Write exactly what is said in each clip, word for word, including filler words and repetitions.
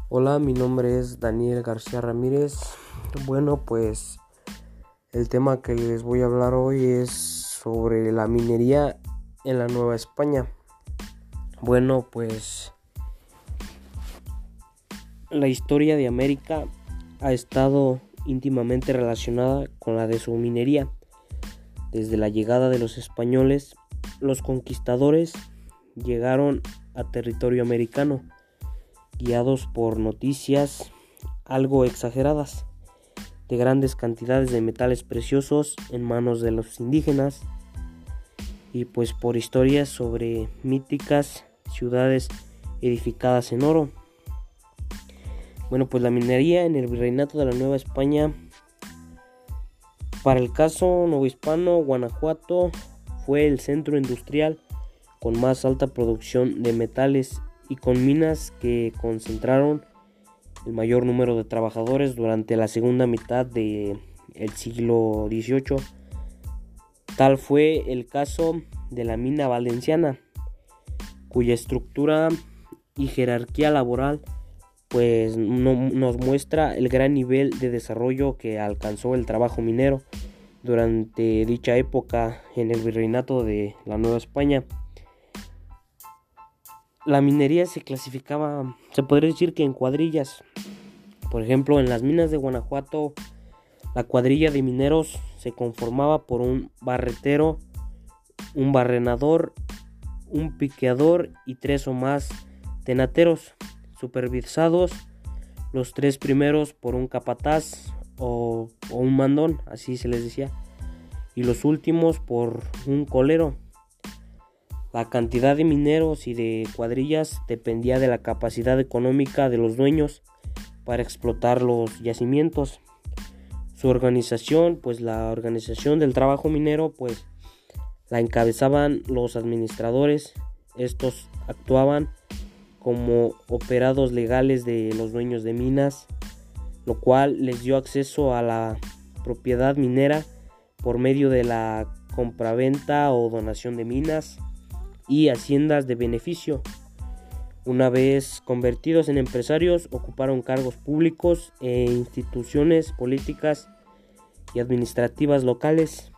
Hola, mi nombre es Daniel García Ramírez. Bueno, pues el tema que les voy a hablar hoy es sobre la minería en la Nueva España. Bueno, pues la historia de América ha estado íntimamente relacionada con la de su minería. Desde la llegada de los españoles, los conquistadores llegaron a territorio americano, guiados por noticias algo exageradas de grandes cantidades de metales preciosos en manos de los indígenas, y pues por historias sobre míticas ciudades edificadas en oro. Bueno, pues la minería en el Virreinato de la Nueva España, para el caso novohispano, Guanajuato fue el centro industrial con más alta producción de metales y con minas que concentraron el mayor número de trabajadores durante la segunda mitad del siglo dieciocho. Tal fue el caso de la mina valenciana, cuya estructura y jerarquía laboral pues no, nos muestra el gran nivel de desarrollo que alcanzó el trabajo minero durante dicha época en el Virreinato de la Nueva España. La minería se clasificaba, se podría decir que en cuadrillas. Por ejemplo, en las minas de Guanajuato, la cuadrilla de mineros se conformaba por un barretero, un barrenador, un piqueador y tres o más tenateros, supervisados los tres primeros por un capataz o, o un mandón, así se les decía, y los últimos por un colero. La cantidad de mineros y de cuadrillas dependía de la capacidad económica de los dueños para explotar los yacimientos. Su organización, pues la organización del trabajo minero, pues la encabezaban los administradores. Estos actuaban como operados legales de los dueños de minas, lo cual les dio acceso a la propiedad minera por medio de la compraventa o donación de minas y haciendas de beneficio. Una vez convertidos en empresarios, ocuparon cargos públicos e instituciones políticas y administrativas locales.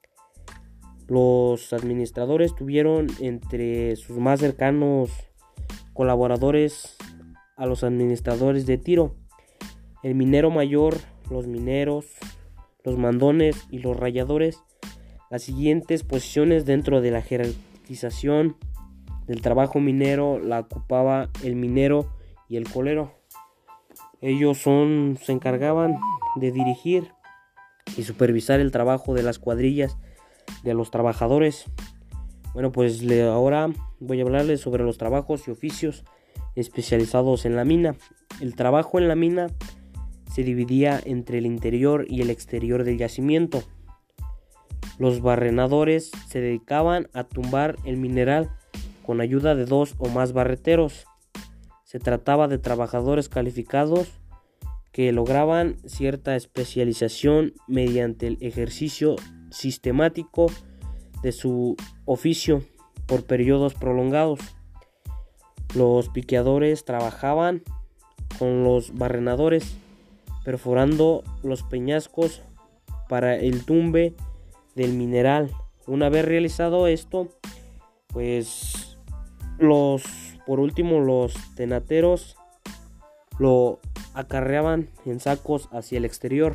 Los administradores tuvieron entre sus más cercanos colaboradores a los administradores de tiro, el minero mayor, los mineros, los mandones y los rayadores. Las siguientes posiciones dentro de la jerarquización del trabajo minero la ocupaba el minero y el colero. Ellos son, se encargaban de dirigir y supervisar el trabajo de las cuadrillas de los trabajadores. Bueno, pues le, ahora voy a hablarles sobre los trabajos y oficios especializados en la mina. El trabajo en la mina se dividía entre el interior y el exterior del yacimiento. Los barrenadores se dedicaban a tumbar el mineral con ayuda de dos o más barreteros. Se trataba de trabajadores calificados que lograban cierta especialización mediante el ejercicio sistemático de su oficio por periodos prolongados. Los piqueadores trabajaban con los barrenadores, perforando los peñascos para el tumbe del mineral. Una vez realizado esto, pues los por último los tenateros lo acarreaban en sacos hacia el exterior.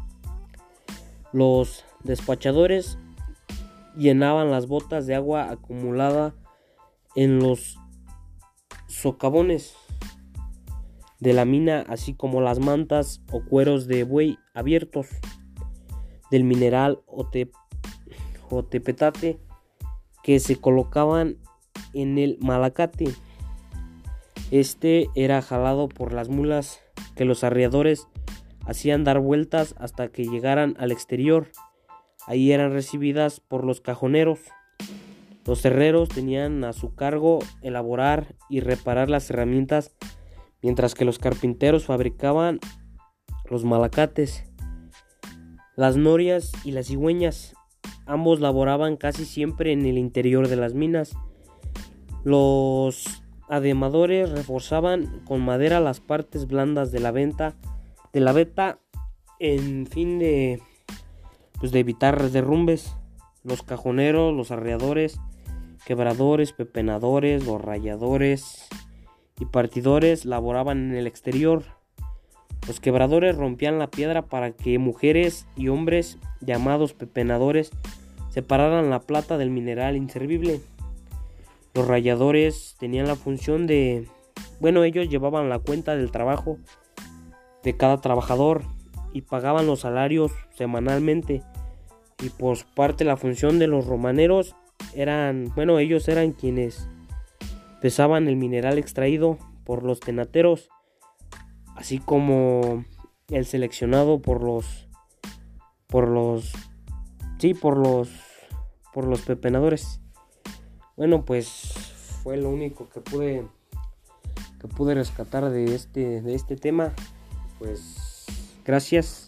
Los despachadores llenaban las botas de agua acumulada en los socavones de la mina, así como las mantas o cueros de buey abiertos del mineral o, te, o tepetate que se colocaban en el malacate. Este era jalado por las mulas que los arriadores hacían dar vueltas hasta que llegaran al exterior. Ahí eran recibidas por los cajoneros. Los herreros tenían a su cargo elaborar y reparar las herramientas, mientras que los carpinteros fabricaban los malacates. Las norias y las cigüeñas, ambos laboraban casi siempre en el interior de las minas. Los ademadores reforzaban con madera las partes blandas de la venta de la veta en fin de pues de evitar derrumbes. Los cajoneros, los arreadores, quebradores, pepenadores, los ralladores y partidores laboraban en el exterior. Los quebradores rompían la piedra para que mujeres y hombres llamados pepenadores separaran la plata del mineral inservible. Los ralladores tenían la función de, bueno, ellos llevaban la cuenta del trabajo de cada trabajador y pagaban los salarios semanalmente. Y por su parte la función de los romaneros eran, bueno, ellos eran quienes pesaban el mineral extraído por los tenateros, así como el seleccionado por los por los sí, por los por los pepenadores. Bueno, pues fue lo único que pude que pude rescatar de este de este tema. Pues gracias.